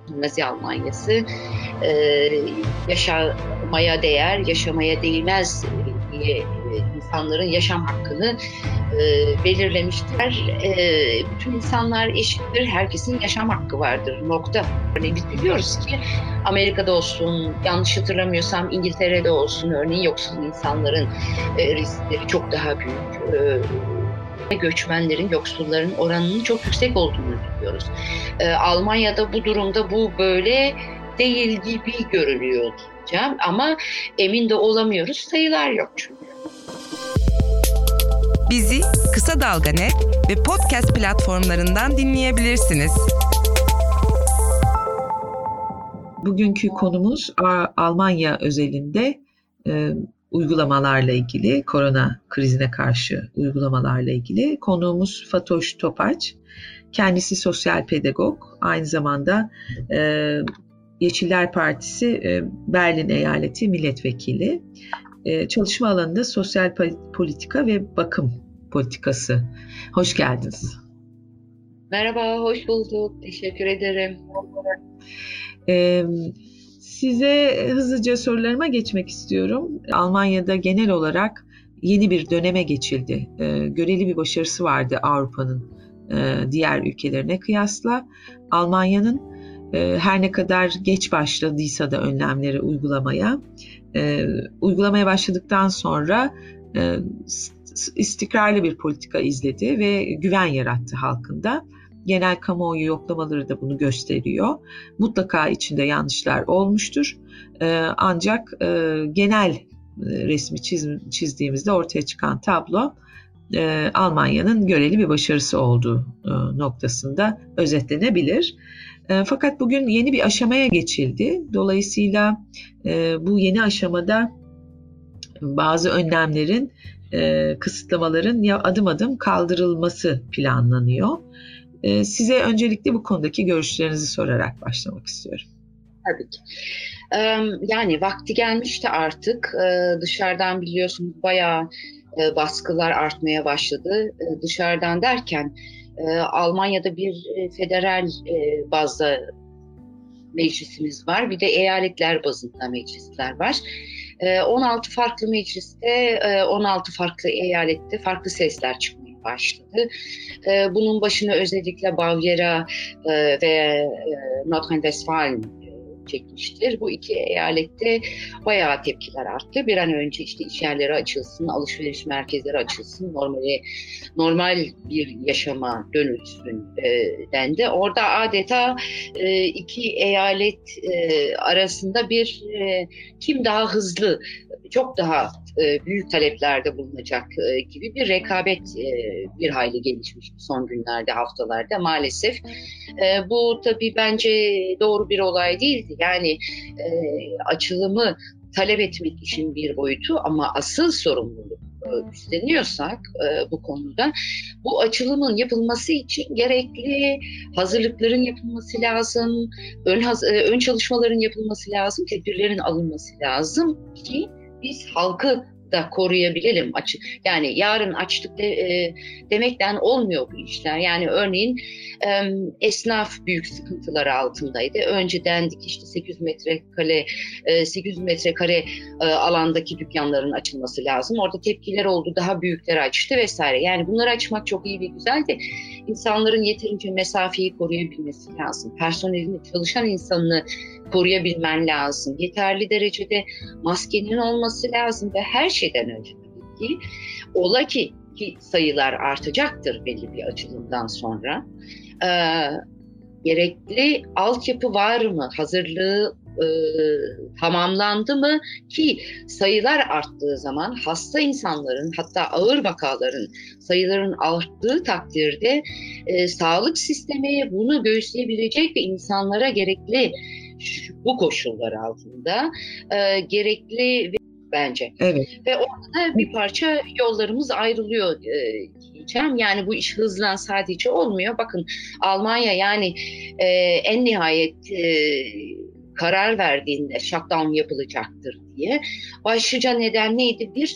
Nazi Almanyası yaşamaya değer, yaşamaya değmez diye insanların yaşam hakkını belirlemişler. Bütün insanlar eşittir, herkesin yaşam hakkı vardır. Nokta. Örneğin biz biliyoruz ki Amerika'da olsun, yanlış hatırlamıyorsam İngiltere'de olsun örneğin yoksul insanların riskleri çok daha büyük. Göçmenlerin, yoksulların oranının çok yüksek olduğunu biliyoruz. Almanya'da bu durumda bu böyle değil gibi görünüyor diyeceğim ama emin de olamıyoruz. Sayılar yok çünkü. Bizi Kısa Dalga Net ve podcast platformlarından dinleyebilirsiniz. Bugünkü konumuz Almanya özelinde uygulamalarla ilgili, korona krizine karşı uygulamalarla ilgili. Konuğumuz Fatoş Topaç. Kendisi sosyal pedagog, aynı zamanda Yeşiller Partisi Berlin Eyaleti Milletvekili. Çalışma alanında sosyal politika ve bakım politikası. Hoş geldiniz. Merhaba, hoş bulduk. Teşekkür ederim. Size hızlıca sorularıma geçmek istiyorum. Almanya'da genel olarak yeni bir döneme geçildi. Göreli bir başarısı vardı Avrupa'nın diğer ülkelerine kıyasla. Almanya'nın her ne kadar geç başladıysa da önlemleri uygulamaya başladıktan sonra istikrarlı bir politika izledi ve güven yarattı halkında. Genel kamuoyu yoklamaları da bunu gösteriyor. Mutlaka içinde yanlışlar olmuştur. Ancak genel resmi çizdiğimizde ortaya çıkan tablo Almanya'nın göreli bir başarısı olduğu noktasında özetlenebilir. Fakat bugün yeni bir aşamaya geçildi. Dolayısıyla bu yeni aşamada bazı önlemlerin, kısıtlamaların adım adım kaldırılması planlanıyor. Size öncelikle bu konudaki görüşlerinizi sorarak başlamak istiyorum. Tabii ki. Yani vakti gelmişti artık. Dışarıdan biliyorsunuz bayağı baskılar artmaya başladı. Dışarıdan derken Almanya'da bir federal bazda meclisimiz var. Bir de eyaletler bazında meclisler var. 16 farklı mecliste, 16 farklı eyalette farklı sesler çıkmaya başladı. Bunun başına özellikle Bavyera ve Nordrhein-Westfalen çekmiştir. Bu iki eyalette bayağı tepkiler arttı. Bir an önce işte iş yerleri açılsın, alışveriş merkezleri açılsın, normal bir yaşama dönülsün dendi. Orada adeta iki eyalet arasında bir kim daha hızlı, çok daha büyük taleplerde bulunacak gibi bir rekabet bir hayli gelişmiş son günlerde, haftalarda maalesef. Bu tabii bence doğru bir olay değildi. Yani açılımı talep etmek işin bir boyutu ama asıl sorumluluk üstleniyorsak bu konuda bu açılımın yapılması için gerekli hazırlıkların yapılması lazım, ön çalışmaların yapılması lazım, tedbirlerin alınması lazım ki biz halkı da koruyabilelim. Yani yarın açtık demekten olmuyor bu işler. Yani örneğin esnaf büyük sıkıntılar altındaydı. Önce dendik işte 800 metrekare alandaki dükkanların açılması lazım. Orada tepkiler oldu, daha büyükleri açtı vesaire. Yani bunları açmak çok iyi ve güzel de insanların yeterince mesafeyi koruyabilmesi lazım. Personelini, çalışan insanını koruyabilmen lazım. Yeterli derecede maskenin olması lazım ve her şeyden önce tabii ki ola ki sayılar artacaktır belli bir açılımdan sonra. Gerekli altyapı var mı? Hazırlığı tamamlandı mı ki sayılar arttığı zaman hasta insanların, hatta ağır vakaların sayıların arttığı takdirde sağlık sistemi bunu göğüsleyebilecek ve insanlara gerekli bu koşullar altında gerekli bence. Evet. Ve orada bir parça yollarımız ayrılıyor diyeceğim. Yani bu iş hızla sadece olmuyor. Bakın Almanya yani en nihayet karar verdiğinde shutdown yapılacaktır diye. Başlıca neden neydi? Bir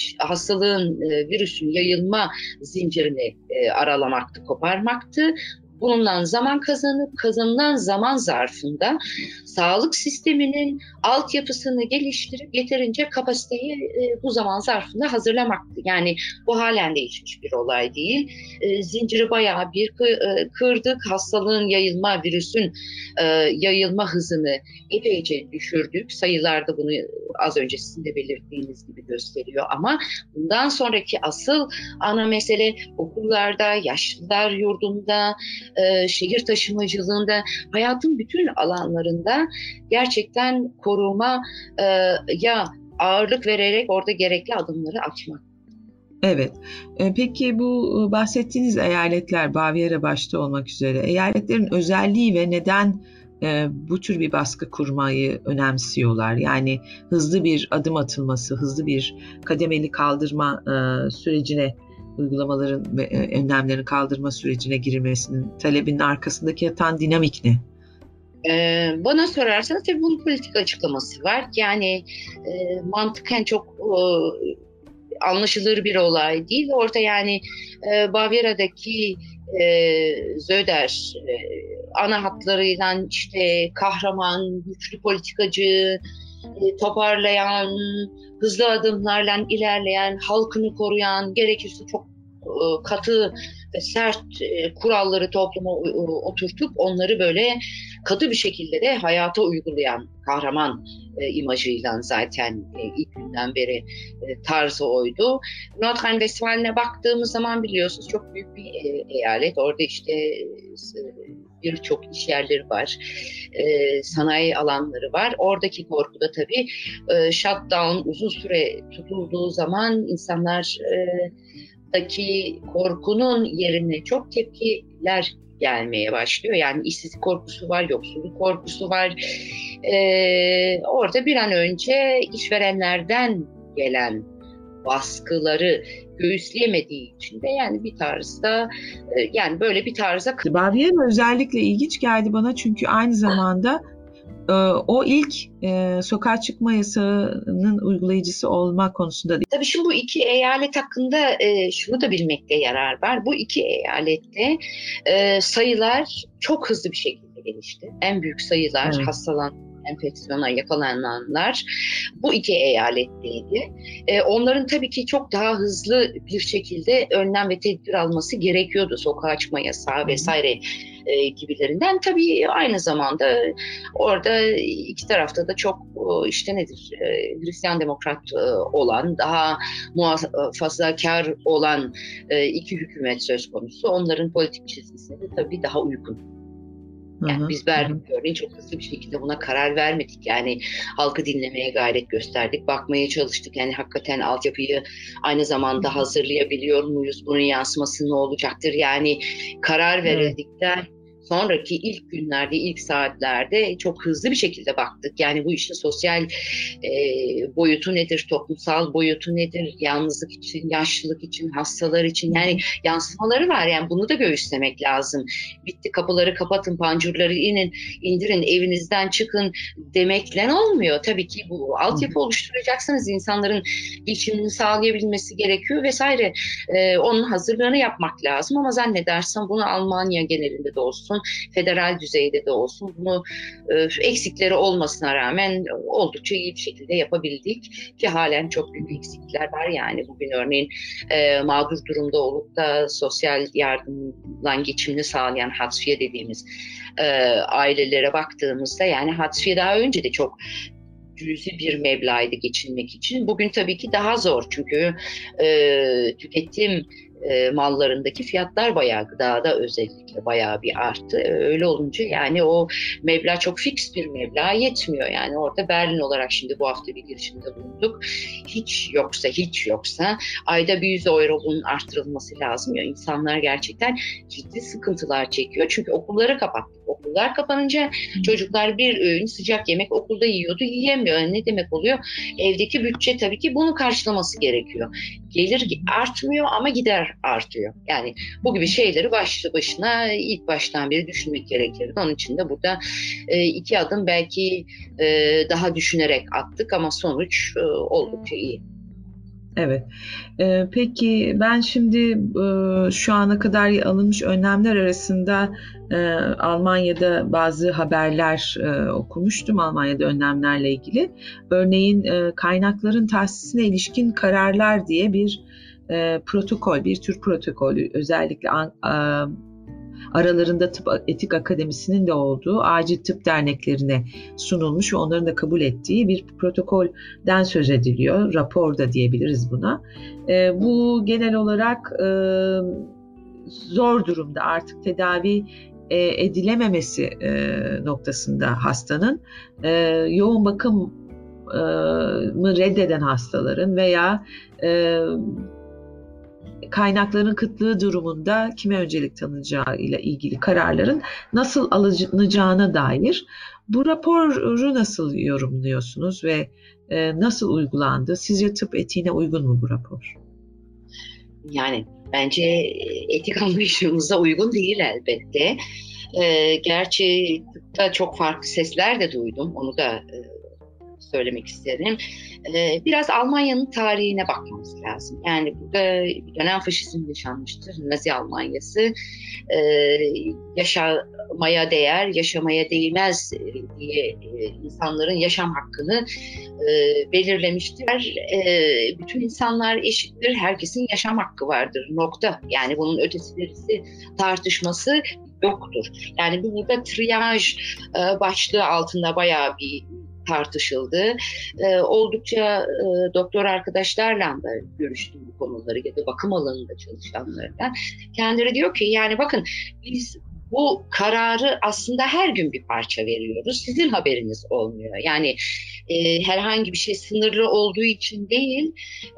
hastalığın, virüsün yayılma zincirini aralamaktı, koparmaktı. bundan zaman kazanıp kazanılan zaman zarfında sağlık sisteminin altyapısını geliştirip yeterince kapasiteyi bu zaman zarfında hazırlamaktı. Yani bu halen değişmiş bir olay değil. Zinciri bayağı bir kırdık. Hastalığın yayılma, virüsün yayılma hızını epeyce düşürdük. Sayılar da bunu az önce sizin de belirttiğiniz gibi gösteriyor. Ama bundan sonraki asıl ana mesele okullarda, yaşlılar yurdunda, şehir taşımacılığında, hayatın bütün alanlarında gerçekten koruma ya ağırlık vererek orada gerekli adımları atmak. Evet. Peki bu bahsettiğiniz eyaletler, Bavyera başta olmak üzere, eyaletlerin özelliği ve neden bu tür bir baskı kurmayı önemsiyorlar? Yani hızlı bir adım atılması, hızlı bir kademeli kaldırma sürecine, uygulamaların ve önlemlerin kaldırma sürecine girilmesinin talebinin arkasındaki yatan dinamik ne? Bana sorarsanız tabii bunun politik açıklaması var. Yani mantıken çok anlaşılır bir olay değil. Orada yani Bavyera'daki Söder ana hatlarıyla işte kahraman, güçlü politikacı, toparlayan, hızlı adımlarla ilerleyen, halkını koruyan, gerekirse çok katı ve sert kuralları topluma oturtup onları böyle katı bir şekilde de hayata uygulayan kahraman imajıyla zaten ilk günden beri tarzı oydu. Nordrhein-Westfalen'e baktığımız zaman biliyorsunuz çok büyük bir eyalet. Orada işte birçok iş yerleri var, sanayi alanları var. Oradaki korku da tabii shutdown uzun süre tutulduğu zaman insanlar daki korkunun yerine çok tepkiler gelmeye başlıyor. Yani işsizlik korkusu var, yoksulluk korkusu var. Orada bir an önce işverenlerden gelen baskıları göğüsleyemediği için de yani bir tarzda yani böyle bir tarza... Bavyera özellikle ilginç geldi bana çünkü aynı zamanda o ilk sokağa çıkma yasağının uygulayıcısı olma konusunda değil. Tabii şimdi bu iki eyalet hakkında şunu da bilmekte yarar var. Bu iki eyalette sayılar çok hızlı bir şekilde gelişti. En büyük sayılar enfeksiyona yakalananlar bu iki eyaletteydi. Onların tabii ki çok daha hızlı bir şekilde önlem ve tedbir alması gerekiyordu. Sokağa çıkma yasağı vesaire gibilerinden. Tabii aynı zamanda orada iki tarafta da çok işte Hristiyan demokrat olan, daha muhafazakar olan iki hükümet söz konusu. Onların politik çizgisine de tabii daha uygun. Yani biz örneğin çok hızlı bir şekilde buna karar vermedik. Yani halkı dinlemeye gayret gösterdik, bakmaya çalıştık. Yani hakikaten altyapıyı aynı zamanda hazırlayabiliyor muyuz? Bunun yansıması ne olacaktır? Yani karar verildikten sonraki ilk günlerde, ilk saatlerde çok hızlı bir şekilde baktık. Yani bu işin sosyal boyutu nedir, toplumsal boyutu nedir, yalnızlık için, yaşlılık için, hastalar için yani yansımaları var. Yani bunu da göğüslemek lazım. Bitti, kapıları kapatın, pancurları indirin, evinizden çıkın demekle olmuyor. Tabii ki bu altyapı oluşturacaksınız. İnsanların geçimini sağlayabilmesi gerekiyor vesaire. Onun hazırlığını yapmak lazım ama zannedersem bunu Almanya genelinde de olsun, federal düzeyde de olsun bunu eksikleri olmasına rağmen oldukça iyi bir şekilde yapabildik ki halen çok büyük eksikler var. Yani bugün örneğin mağdur durumda olup da sosyal yardımla geçimini sağlayan hatsfiye dediğimiz ailelere baktığımızda yani hatsfiye daha önce de çok cüzi bir meblağdı geçinmek için. Bugün tabii ki daha zor çünkü tüketim mallarındaki fiyatlar bayağı, gıdada özellikle bayağı bir arttı. Öyle olunca yani o meblağ çok fix bir meblağ yetmiyor. Yani orada Berlin olarak şimdi bu hafta bir girişimde bulunduk. Hiç yoksa ayda 100 euro bunun arttırılması lazım. Ya insanlar gerçekten ciddi sıkıntılar çekiyor. Çünkü okulları kapattık. Okullar kapanınca çocuklar bir öğün sıcak yemek okulda yiyordu, yiyemiyor. Ne demek oluyor? Evdeki bütçe tabii ki bunu karşılaması gerekiyor. Gelir artmıyor ama gider artıyor. Yani bu gibi şeyleri başlı başına ilk baştan beri düşünmek gerekirdi. Onun için de burada 2 adım belki daha düşünerek attık ama sonuç oldukça iyi. Evet. Peki ben şimdi şu ana kadar alınmış önlemler arasında Almanya'da bazı haberler okumuştum Almanya'da önlemlerle ilgili. Örneğin kaynakların tahsisine ilişkin kararlar diye bir protokol, bir tür protokolü özellikle aralarında Tıp Etik Akademisi'nin de olduğu acil tıp derneklerine sunulmuş ve onların da kabul ettiği bir protokolden söz ediliyor. Rapor da diyebiliriz buna. Bu genel olarak zor durumda artık tedavi edilememesi noktasında hastanın yoğun bakım mı reddeden hastaların veya kaynakların kıtlığı durumunda kime öncelik tanınacağı ile ilgili kararların nasıl alınacağına dair bu raporu nasıl yorumluyorsunuz ve nasıl uygulandı? Sizce tıp etiğine uygun mu bu rapor? Yani bence etik anlayışımıza uygun değil elbette. Gerçi tıpta çok farklı sesler de duydum. Onu da söylemek isterim. Biraz Almanya'nın tarihine bakmamız lazım. Yani burada bir dönem faşizm yaşanmıştır. Nazi Almanyası yaşamaya değer, yaşamaya değmez diye insanların yaşam hakkını belirlemiştir. Bütün insanlar eşittir, herkesin yaşam hakkı vardır. Nokta. Yani bunun ötesi birisi tartışması yoktur. Yani burada triyaj başlığı altında bayağı bir tartışıldı. Oldukça doktor arkadaşlarla da görüştüm bu konuları ya da bakım alanında çalışanlarla. Kendileri diyor ki yani bakın biz bu kararı aslında her gün bir parça veriyoruz. Sizin haberiniz olmuyor. Yani herhangi bir şey sınırlı olduğu için değil,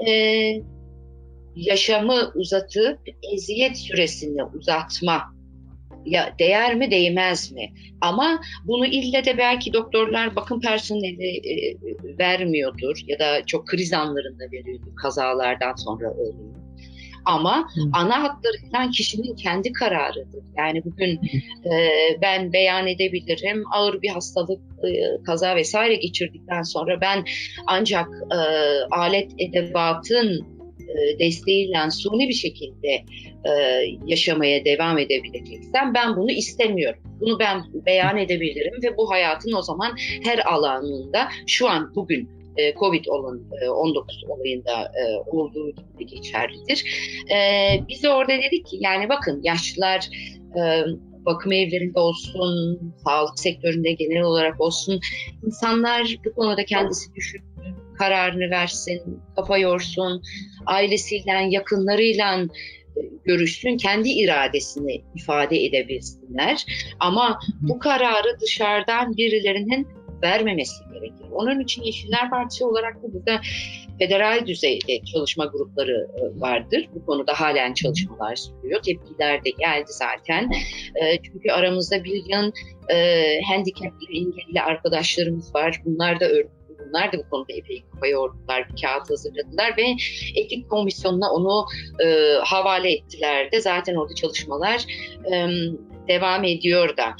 yaşamı uzatıp eziyet süresini uzatma ya değer mi değmez mi? Ama bunu ille de belki doktorlar bakım personeli vermiyordur ya da çok kriz anlarında veriyordur, kazalardan sonra oluyor. Ama ana hatlarıyla kişinin kendi kararıdır. Yani bugün ben beyan edebilirim, ağır bir hastalık, kaza vesaire geçirdikten sonra ben ancak alet edevatın desteğiyle suni bir şekilde yaşamaya devam edebileceksem ben bunu istemiyorum. Bunu ben beyan edebilirim ve bu hayatın o zaman her alanında şu an bugün Covid-19 olayında olduğu gibi geçerlidir. Biz de orada dedik ki yani bakın yaşlılar bakım evlerinde olsun, sağlık sektöründe genel olarak olsun insanlar bu konuda kendisi düşünsün, kararını versin, kafa yorsun, ailesiyle, yakınlarıyla görüşsün, kendi iradesini ifade edebilsinler. Ama bu kararı dışarıdan birilerinin vermemesi gerekir. Onun için Yeşiller Partisi olarak da burada federal düzeyde çalışma grupları vardır. Bu konuda halen çalışmalar sürüyor. Tepkiler de geldi zaten. Çünkü aramızda bir yığın handikaplı, engelli arkadaşlarımız var. Bunlar da bu konuda epey kafa yordular, bir kağıt hazırladılar ve etik komisyonuna onu havale ettiler de. Zaten orada çalışmalar devam ediyor da.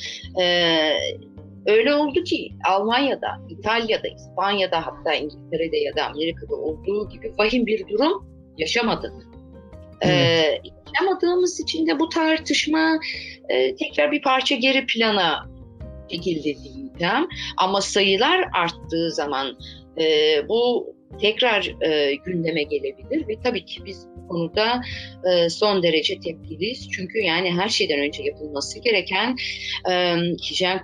Öyle oldu ki Almanya'da, İtalya'da, İspanya'da, hatta İngiltere'de ya da Amerika'da olduğu gibi vahim bir durum yaşamadık. Yaşamadığımız için de bu tartışma tekrar bir parça geri plana çekildi diyeceğim. Ama sayılar arttığı zaman bu tekrar gündeme gelebilir ve tabii ki biz bu konuda son derece tepkiliyiz. Çünkü yani her şeyden önce yapılması gereken hijyen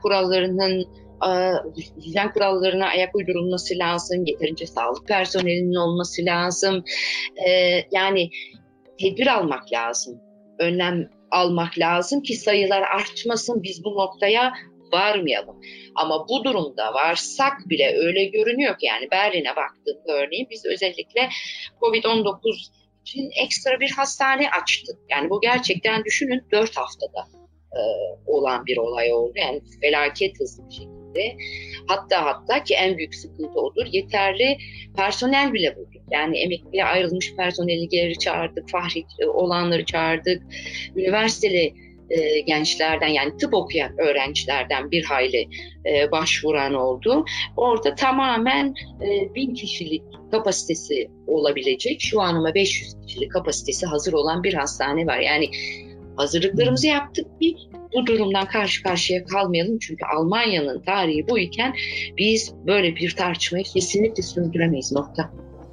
kurallarına ayak uydurulması lazım. Yeterince sağlık personelinin olması lazım. Yani tedbir almak lazım. Önlem almak lazım ki sayılar artmasın, biz bu noktaya varmayalım. Ama bu durumda varsak bile öyle görünüyor ki yani Berlin'e baktığımda örneğin biz özellikle Covid-19 için ekstra bir hastane açtık. Yani bu gerçekten düşünün 4 haftada olan bir olay oldu. Yani felaket hızlı bir şekilde. Hatta ki en büyük sıkıntı odur. Yeterli personel bile bulduk. Yani emekliye ayrılmış personeli geri çağırdık, fahri olanları çağırdık. Üniversiteli gençlerden, yani tıp okuyan öğrencilerden bir hayli başvuran oldu. Orada tamamen 1000 kişilik kapasitesi olabilecek, şu an ama 500 kişilik kapasitesi hazır olan bir hastane var. Yani hazırlıklarımızı yaptık ki bu durumdan karşı karşıya kalmayalım. Çünkü Almanya'nın tarihi bu iken biz böyle bir tartışmayı kesinlikle sürdüremeyiz. Nokta.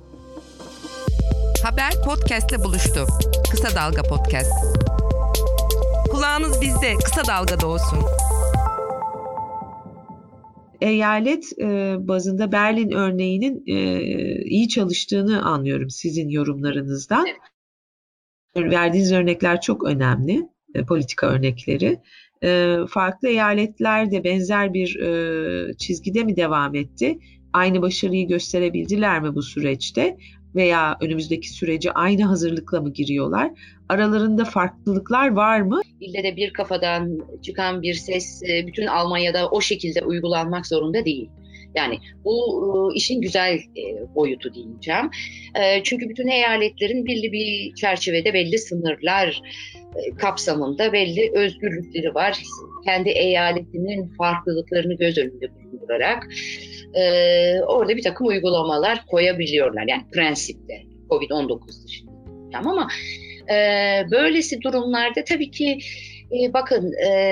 Haber podcast'le buluştu. Kısa Dalga Podcast. Kulağınız bizde, Kısa Dalga'da olsun. Eyalet bazında Berlin örneğinin iyi çalıştığını anlıyorum sizin yorumlarınızdan. Evet. Verdiğiniz örnekler çok önemli, politika örnekleri. Farklı eyaletler de benzer bir çizgide mi devam etti? Aynı başarıyı gösterebildiler mi bu süreçte? Veya önümüzdeki sürece aynı hazırlıkla mı giriyorlar? Aralarında farklılıklar var mı? İlle de bir kafadan çıkan bir ses bütün Almanya'da o şekilde uygulanmak zorunda değil. Yani bu işin güzel boyutu diyeceğim. Çünkü bütün eyaletlerin belli bir çerçevede, belli sınırlar kapsamında belli özgürlükleri var. Kendi eyaletinin farklılıklarını göz önünde bulundurarak orada bir takım uygulamalar koyabiliyorlar. Yani prensipte COVID-19 dışında. Ama böylesi durumlarda tabii ki bakın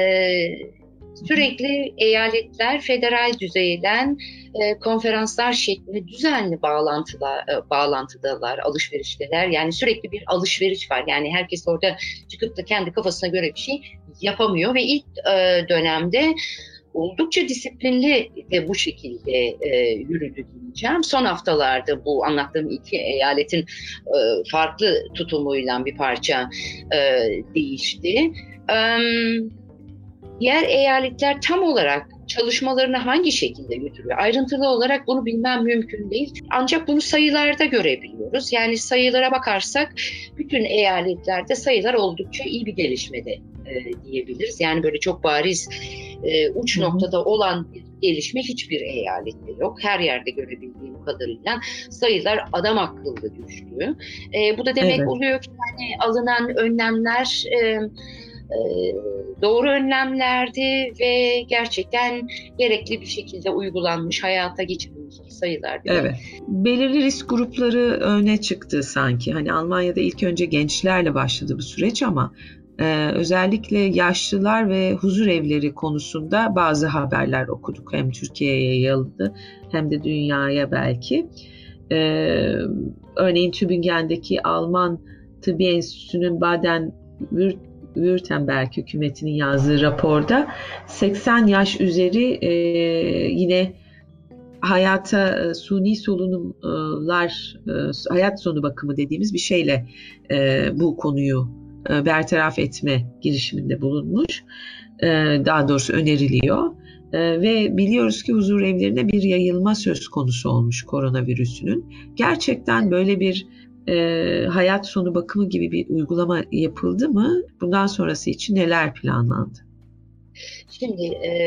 sürekli eyaletler federal düzeyden konferanslar şeklinde düzenli bağlantıdalar, alışverişteler. Yani sürekli bir alışveriş var. Yani herkes orada çıkıp da kendi kafasına göre bir şey yapamıyor ve ilk dönemde oldukça disiplinli de bu şekilde yürüdü diyeceğim. Son haftalarda bu anlattığım iki eyaletin farklı tutumuyla bir parça değişti. Diğer eyaletler tam olarak çalışmalarını hangi şekilde götürüyor? Ayrıntılı olarak bunu bilmem mümkün değil. Ancak bunu sayılarda görebiliyoruz. Yani sayılara bakarsak bütün eyaletlerde sayılar oldukça iyi bir gelişmede diyebiliriz. Yani böyle çok bariz uç noktada olan bir gelişme hiçbir eyalette yok. Her yerde görebildiğim kadarıyla sayılar adam akıllı düştü. Bu da demek oluyor ki yani alınan önlemler doğru önlemlerdi ve gerçekten gerekli bir şekilde uygulanmış, hayata geçirilmiş sayılar. Evet. Belirli risk grupları öne çıktı sanki. Hani Almanya'da ilk önce gençlerle başladı bu süreç ama özellikle yaşlılar ve huzur evleri konusunda bazı haberler okuduk. Hem Türkiye'ye yayıldı hem de dünyaya belki. Örneğin Tübingen'deki Alman Tıbbi Enstitüsü'nün Baden-Württemberg hükümetinin yazdığı raporda 80 yaş üzeri yine hayata suni solunumlar, hayat sonu bakımı dediğimiz bir şeyle bu konuyu bertaraf etme girişiminde bulunmuş. Daha doğrusu öneriliyor. Ve biliyoruz ki huzur evlerine bir yayılma söz konusu olmuş koronavirüsünün. Gerçekten böyle bir hayat sonu bakımı gibi bir uygulama yapıldı mı? Bundan sonrası için neler planlandı? Şimdi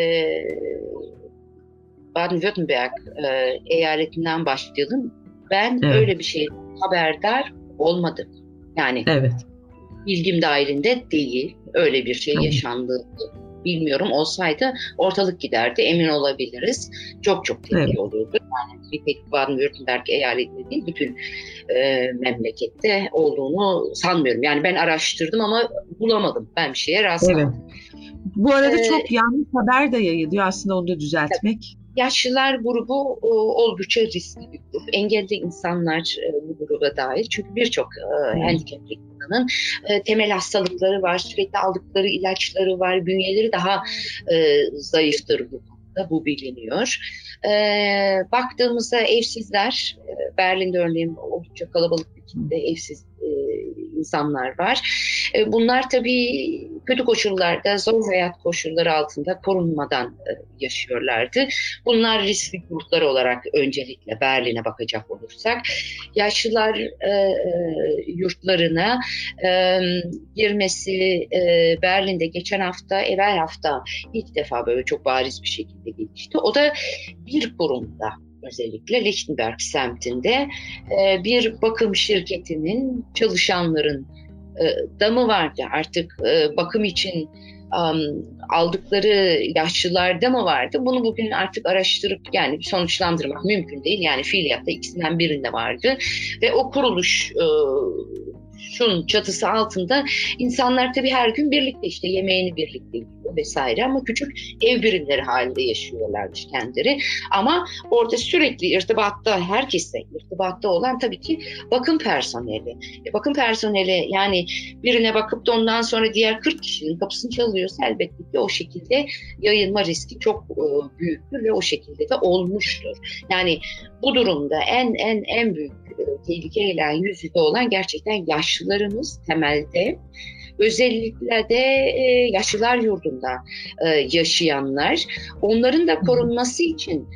Baden-Württemberg eyaletinden başlayalım. Ben öyle bir şey haberdar olmadım. Yani bilgim dahilinde değil. Öyle bir şey yaşandı. Bilmiyorum, olsaydı ortalık giderdi, emin olabiliriz. Çok tepki olurdu. Yani bir tek Baden-Württemberg eyaletinde değil, bütün memlekette olduğunu sanmıyorum. Yani ben araştırdım ama bulamadım. Ben bir şeye rastlamadım. Bu arada çok yanlış haber de yayılıyor. Aslında onu da düzeltmek. Yaşlılar grubu oldukça riskli bir grup. Engelli insanlar bu gruba dahil. Çünkü birçok handikaplı insanın temel hastalıkları var. Sürekli aldıkları ilaçları var. Bünyeleri daha zayıftır bu konuda. Bu biliniyor. Baktığımızda evsizler, Berlin'de örneğin oldukça kalabalık bir kitle evsiz insanlar var. Bunlar tabii kötü koşullarda, zor hayat koşulları altında korunmadan yaşıyorlardı. Bunlar riskli gruplar olarak öncelikle Berlin'e bakacak olursak, yaşlılar yurtlarına girmesi Berlin'de geçen hafta, evvel hafta ilk defa böyle çok bariz bir şekilde gelişti. O da bir kurumda, özellikle Lichtenberg semtinde bir bakım şirketinin çalışanların da mı vardı? Artık bakım için aldıkları yaşlılarda mı vardı? Bunu bugün artık araştırıp yani sonuçlandırmak mümkün değil. Yani fiiliyatta ikisinden birinde vardı ve o kuruluş şunun çatısı altında insanlar tabii her gün birlikte işte yemeğini birlikte yiyor vesaire ama küçük ev birimleri halinde yaşıyorlarmış kendileri. Ama orada sürekli irtibatta, herkesle irtibatta olan tabii ki bakım personeli. Bakım personeli yani birine bakıp da ondan sonra diğer 40 kişinin kapısını çalıyorsa elbette ki o şekilde yayılma riski çok büyüktür ve o şekilde de olmuştur. Yani bu durumda en büyük tehlikeyle yüz yüze olan gerçekten yaşlılarımız temelde. Özellikle de yaşlılar yurdunda yaşayanlar. Onların da korunması için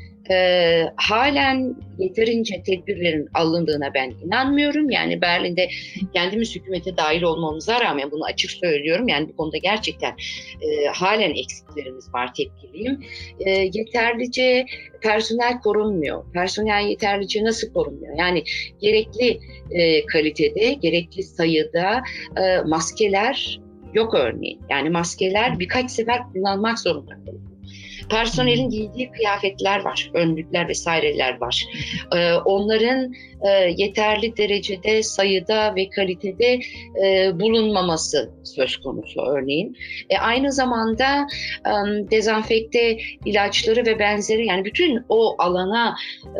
halen yeterince tedbirlerin alındığına ben inanmıyorum. Yani Berlin'de kendimiz hükümete dahil olmamıza rağmen bunu açık söylüyorum. Yani bu konuda gerçekten halen eksiklerimiz var, tepkiliyim. Yeterlice personel korunmuyor. Personel yeterlice nasıl korunmuyor? Yani gerekli kalitede, gerekli sayıda maskeler yok örneğin. Yani maskeler birkaç sefer kullanmak zorunda kalıyor. Personelin giydiği kıyafetler var, önlükler vesaireler var. Onların yeterli derecede, sayıda ve kalitede bulunmaması söz konusu örneğin. Aynı zamanda dezenfekte ilaçları ve benzeri yani bütün o alana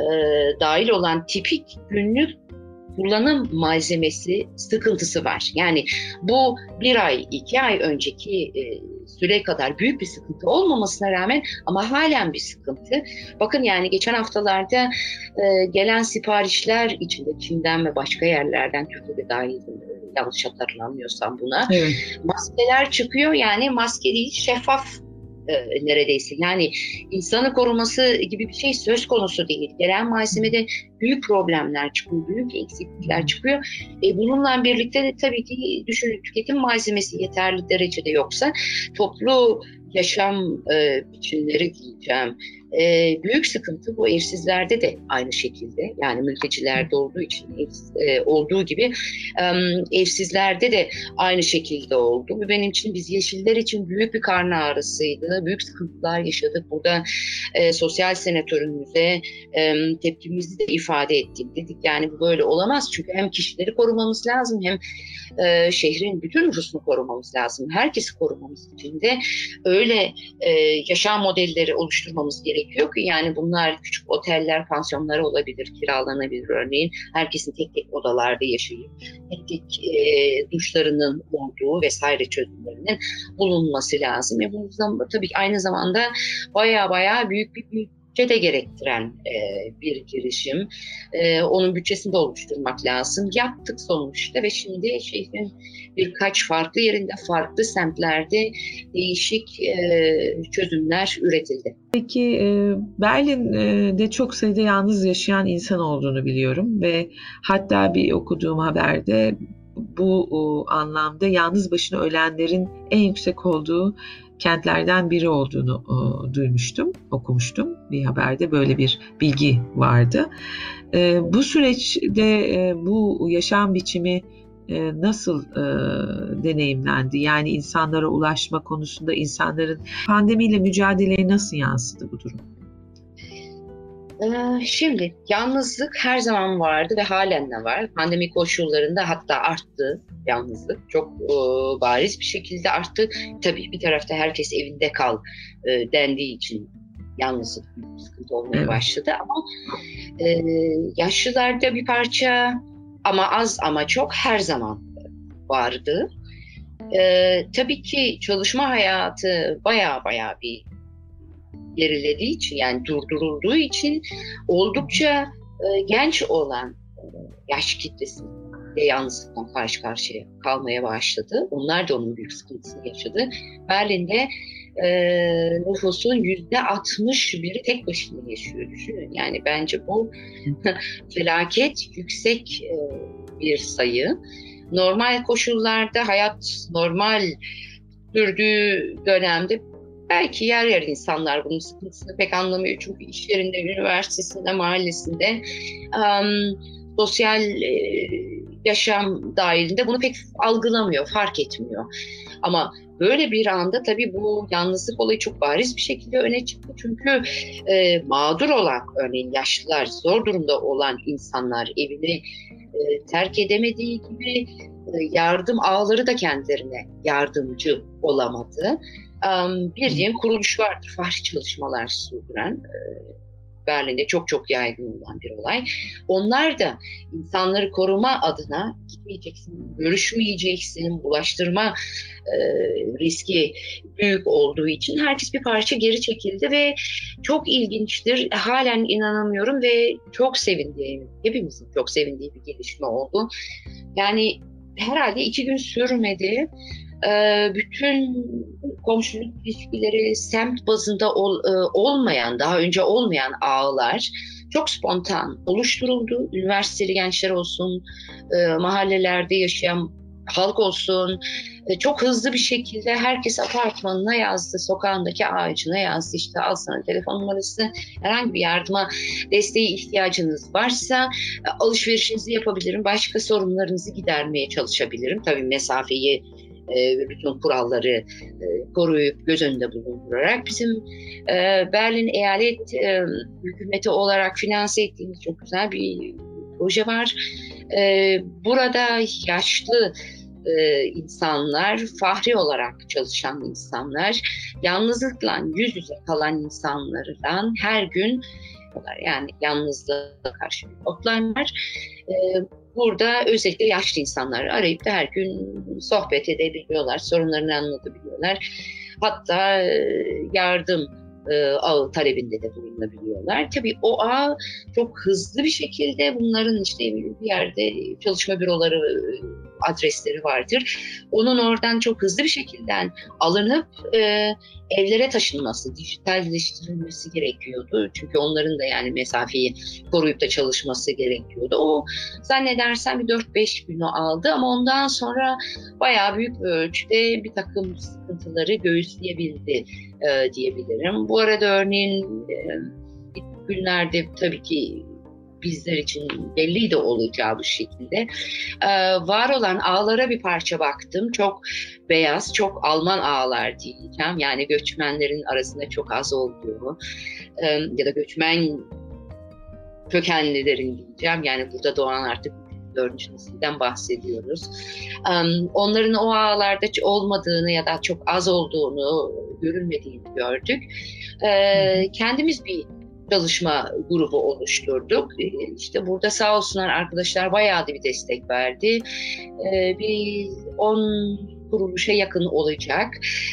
dahil olan tipik günlük kullanım malzemesi sıkıntısı var. Yani bu 1 ay, 2 ay önceki süre kadar büyük bir sıkıntı olmamasına rağmen ama halen bir sıkıntı. Bakın yani geçen haftalarda gelen siparişler içinde Çin'den ve başka yerlerden, Türkiye'de dahil yanlış hatırlamıyorsam buna, evet. Maskeler çıkıyor yani maske değil şeffaf neredeyse. Yani insanı koruması gibi bir şey söz konusu değil. Gelen malzemede büyük problemler çıkıyor, büyük eksiklikler çıkıyor. Bununla birlikte de tabii ki düşünün tüketim malzemesi yeterli derecede yoksa toplu yaşam biçimleri diyeceğim. Büyük sıkıntı bu evsizlerde de aynı şekilde yani mültecilerde olduğu için olduğu gibi evsizlerde de aynı şekilde oldu. Bu benim için biz yeşiller için büyük bir karın ağrısıydı. Büyük sıkıntılar yaşadık. Burada sosyal senatörümüze tepkimizi de ifade ettik. Dedik yani bu böyle olamaz. Çünkü hem kişileri korumamız lazım hem şehrin bütün nüfusunu korumamız lazım. Herkesi korumamız için de öyle yaşam modelleri oluşturmamız gerekiyor ki yani bunlar küçük oteller, pansiyonlar olabilir, kiralanabilir örneğin. Herkesin tek tek odalarda yaşayıp tek tek duşlarının olduğu vesaire çözümlerinin bulunması lazım. Bu tabii aynı zamanda bayağı büyük bir bütçe de gerektiren bir girişim. Onun bütçesini de oluşturmak lazım. Yaptık sonuçta ve şimdi şehrin birkaç farklı yerinde, farklı semtlerde değişik çözümler üretildi. Peki Berlin'de çok sayıda yalnız yaşayan insan olduğunu biliyorum ve hatta bir okuduğum haberde bu anlamda yalnız başına ölenlerin en yüksek olduğu kentlerden biri olduğunu okumuştum. Bir haberde böyle bir bilgi vardı. Bu süreçte bu yaşam biçimi nasıl deneyimlendi? Yani insanlara ulaşma konusunda insanların pandemiyle mücadeleye nasıl yansıdı bu durum? Şimdi yalnızlık her zaman vardı ve halen de var. Pandemi koşullarında hatta arttı yalnızlık. Çok bariz bir şekilde arttı. Tabii bir tarafta herkes evinde kal dendiği için yalnızlık bir sıkıntı olmaya başladı. Ama yaşlılarda bir parça ama az ama çok her zaman vardı. Tabii ki çalışma hayatı bayağı bir gerilediği için yani durdurulduğu için oldukça genç olan yaş kitlesi de yalnızlıktan karşı karşıya kalmaya başladı. Onlar da onun büyük sıkıntısını yaşadı. Berlin'de nüfusun %61'i tek başına yaşıyor. Düşünün yani bence bu felaket yüksek bir sayı. Normal koşullarda hayat normal sürdüğü dönemde belki yer insanlar bunun sıkıntısını pek anlamıyor. Çünkü iş yerinde, üniversitesinde, mahallesinde sosyal yaşam dahilinde bunu pek algılamıyor, fark etmiyor. Ama böyle bir anda tabii bu yalnızlık olayı çok bariz bir şekilde öne çıktı. Çünkü mağdur olan, örneğin yaşlılar, zor durumda olan insanlar evini terk edemediği gibi yardım ağları da kendilerine yardımcı olamadı. Bir kuruluş vardır, fahri çalışmalar sürdüren, Berlin'de çok çok yaygın olan bir olay. Onlar da insanları koruma adına gitmeyeceksin, görüşmeyeceksin, bulaştırma riski büyük olduğu için herkes bir parça geri çekildi ve çok ilginçtir. Halen inanamıyorum ve çok sevindiğim, hepimizin çok sevindiği bir gelişme oldu. Yani herhalde 2 gün sürmedi. Bütün komşuluk ilişkileri semt bazında olmayan, daha önce olmayan ağlar çok spontan oluşturuldu. Üniversiteli gençler olsun, mahallelerde yaşayan halk olsun, çok hızlı bir şekilde herkes apartmanına yazdı, sokağındaki ağacına yazdı. İşte al sana telefon numarası, herhangi bir yardıma, desteğe ihtiyacınız varsa alışverişinizi yapabilirim, başka sorunlarınızı gidermeye çalışabilirim. Tabii mesafeyi ve bütün kuralları koruyup göz önünde bulundurarak bizim Berlin Eyalet Hükümeti olarak finanse ettiğimiz çok güzel bir proje var. Burada yaşlı insanlar, fahri olarak çalışan insanlar, yalnızlıkla yüz yüze kalan insanlardan her gün, yani yalnızlığa karşı hotline'lar, burada özellikle yaşlı insanları arayıp da her gün sohbet edebiliyorlar, sorunlarını anlatabiliyorlar. Hatta yardım ağı talebinde de bulunabiliyorlar. Tabii o ağ çok hızlı bir şekilde, bunların işte bir yerde çalışma büroları adresleri vardır. Onun oradan çok hızlı bir şekilde alınıp evlere taşınması, dijitalleştirilmesi gerekiyordu. Çünkü onların da yani mesafeyi koruyup da çalışması gerekiyordu. O zannedersem bir 4-5 günü aldı ama ondan sonra bayağı büyük bir ölçüde bir takım sıkıntıları göğüsleyebildi diyebilirim. Bu arada örneğin günlerde tabii ki bizler için belliydi olacağı bu şekilde. Var olan ağlara bir parça baktım. Çok beyaz, çok Alman ağlar diyeceğim. Yani göçmenlerin arasında çok az olduğu ya da göçmen kökenlilerin diyeceğim. Yani burada doğan artık 4. nesilden bahsediyoruz. Onların o ağlarda olmadığını ya da çok az olduğunu, görülmediğini gördük. Kendimiz bir çalışma grubu oluşturduk. İşte burada sağ olsunlar arkadaşlar bayağı da bir destek verdi. Bir 10 kuruluşa yakın olacak.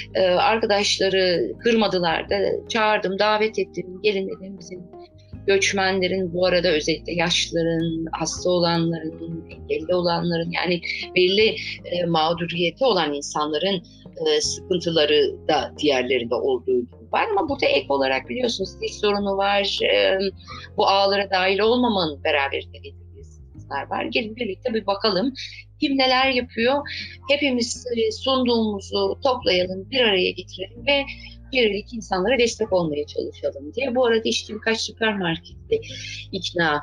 Arkadaşları kırmadılar da, çağırdım, davet ettim. Gelin dedim, bizim göçmenlerin, bu arada özellikle yaşlıların, hasta olanların, engelli olanların, yani belli mağduriyeti olan insanların sıkıntıları da diğerlerinde olduğu gibi var. Ama burada ek olarak biliyorsunuz dil sorunu var. Bu ağlara dahil olmamanın beraberinde getirdiği sıkıntılar var. Gelin birlikte bir bakalım kim neler yapıyor. Hepimiz sunduğumuzu toplayalım, bir araya getirelim ve birlik insanlara destek olmaya çalışalım diye. Bu arada işte birkaç süpermarkette ikna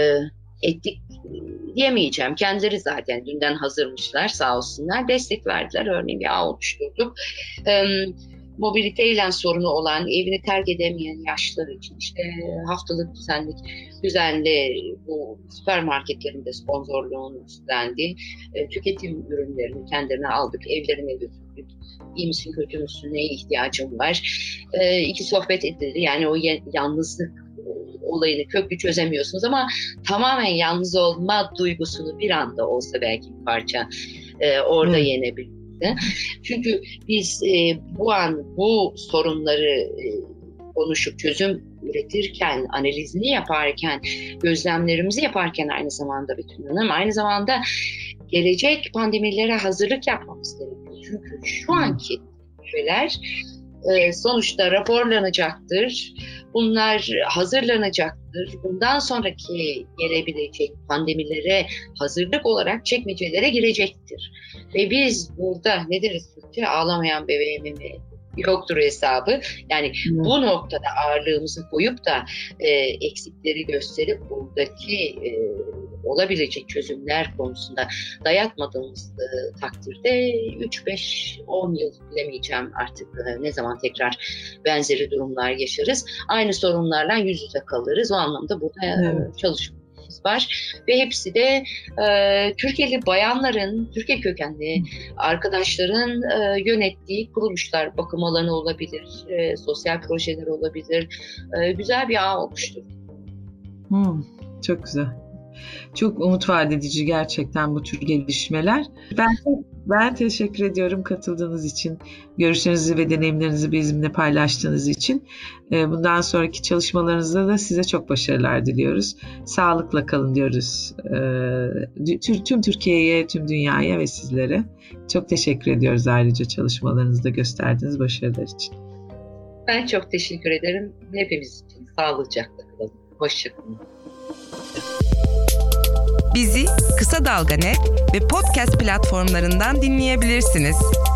ettik diyemeyeceğim. Kendileri zaten dünden hazırmışlar, sağ olsunlar. Destek verdiler. Örneğin bir ağ oluşturduk. Mobiliteyle sorunu olan, evini terk edemeyen yaşlılar için işte haftalık düzenli bu süpermarketlerinde sponsorluğunu üstlendi. Tüketim ürünlerini kendilerine aldık, evlerine götürdük. İyi misin, kötü müsün, neye ihtiyacın var? 2 sohbet edildi. Yani o yalnızlık olayını köklü çözemiyorsunuz ama tamamen yalnız olma duygusunu bir anda olsa belki bir parça orada yenebiliriz. Çünkü biz bu sorunları konuşup çözüm üretirken, analizini yaparken, gözlemlerimizi yaparken aynı zamanda Betül Hanım, aynı zamanda gelecek pandemilere hazırlık yapmamız gerekiyor. Çünkü şu anki şeyler sonuçta raporlanacaktır. Bunlar hazırlanacaktır. Bundan sonraki gelebilecek pandemilere hazırlık olarak çekmecelere girecektir. Ve biz burada ne deriz Türkçe? Ağlamayan bebeğime mi yoktur hesabı. Yani bu noktada ağırlığımızı koyup da eksikleri gösterip buradaki olabilecek çözümler konusunda dayatmadığımız takdirde 3-5-10 yıl bilemeyeceğim artık ne zaman tekrar benzeri durumlar yaşarız. Aynı sorunlarla yüz yüze kalırız. O anlamda burada çalışmamız var ve hepsi de Türkiye'li bayanların, Türkiye kökenli arkadaşların yönettiği kuruluşlar, bakım alanı olabilir, sosyal projeler olabilir. Güzel bir ağ oluşturdu. Çok güzel. Çok umut vaat edici gerçekten bu tür gelişmeler. Ben teşekkür ediyorum katıldığınız için, görüşlerinizi ve deneyimlerinizi bizimle paylaştığınız için. Bundan sonraki çalışmalarınızda da size çok başarılar diliyoruz. Sağlıkla kalın diyoruz tüm Türkiye'ye, tüm dünyaya ve sizlere. Çok teşekkür ediyoruz ayrıca çalışmalarınızda gösterdiğiniz başarılar için. Ben çok teşekkür ederim. Hepimiz için sağlıcakla kalın. Hoşça kalın. Bizi Kısa Dalga Net ve podcast platformlarından dinleyebilirsiniz.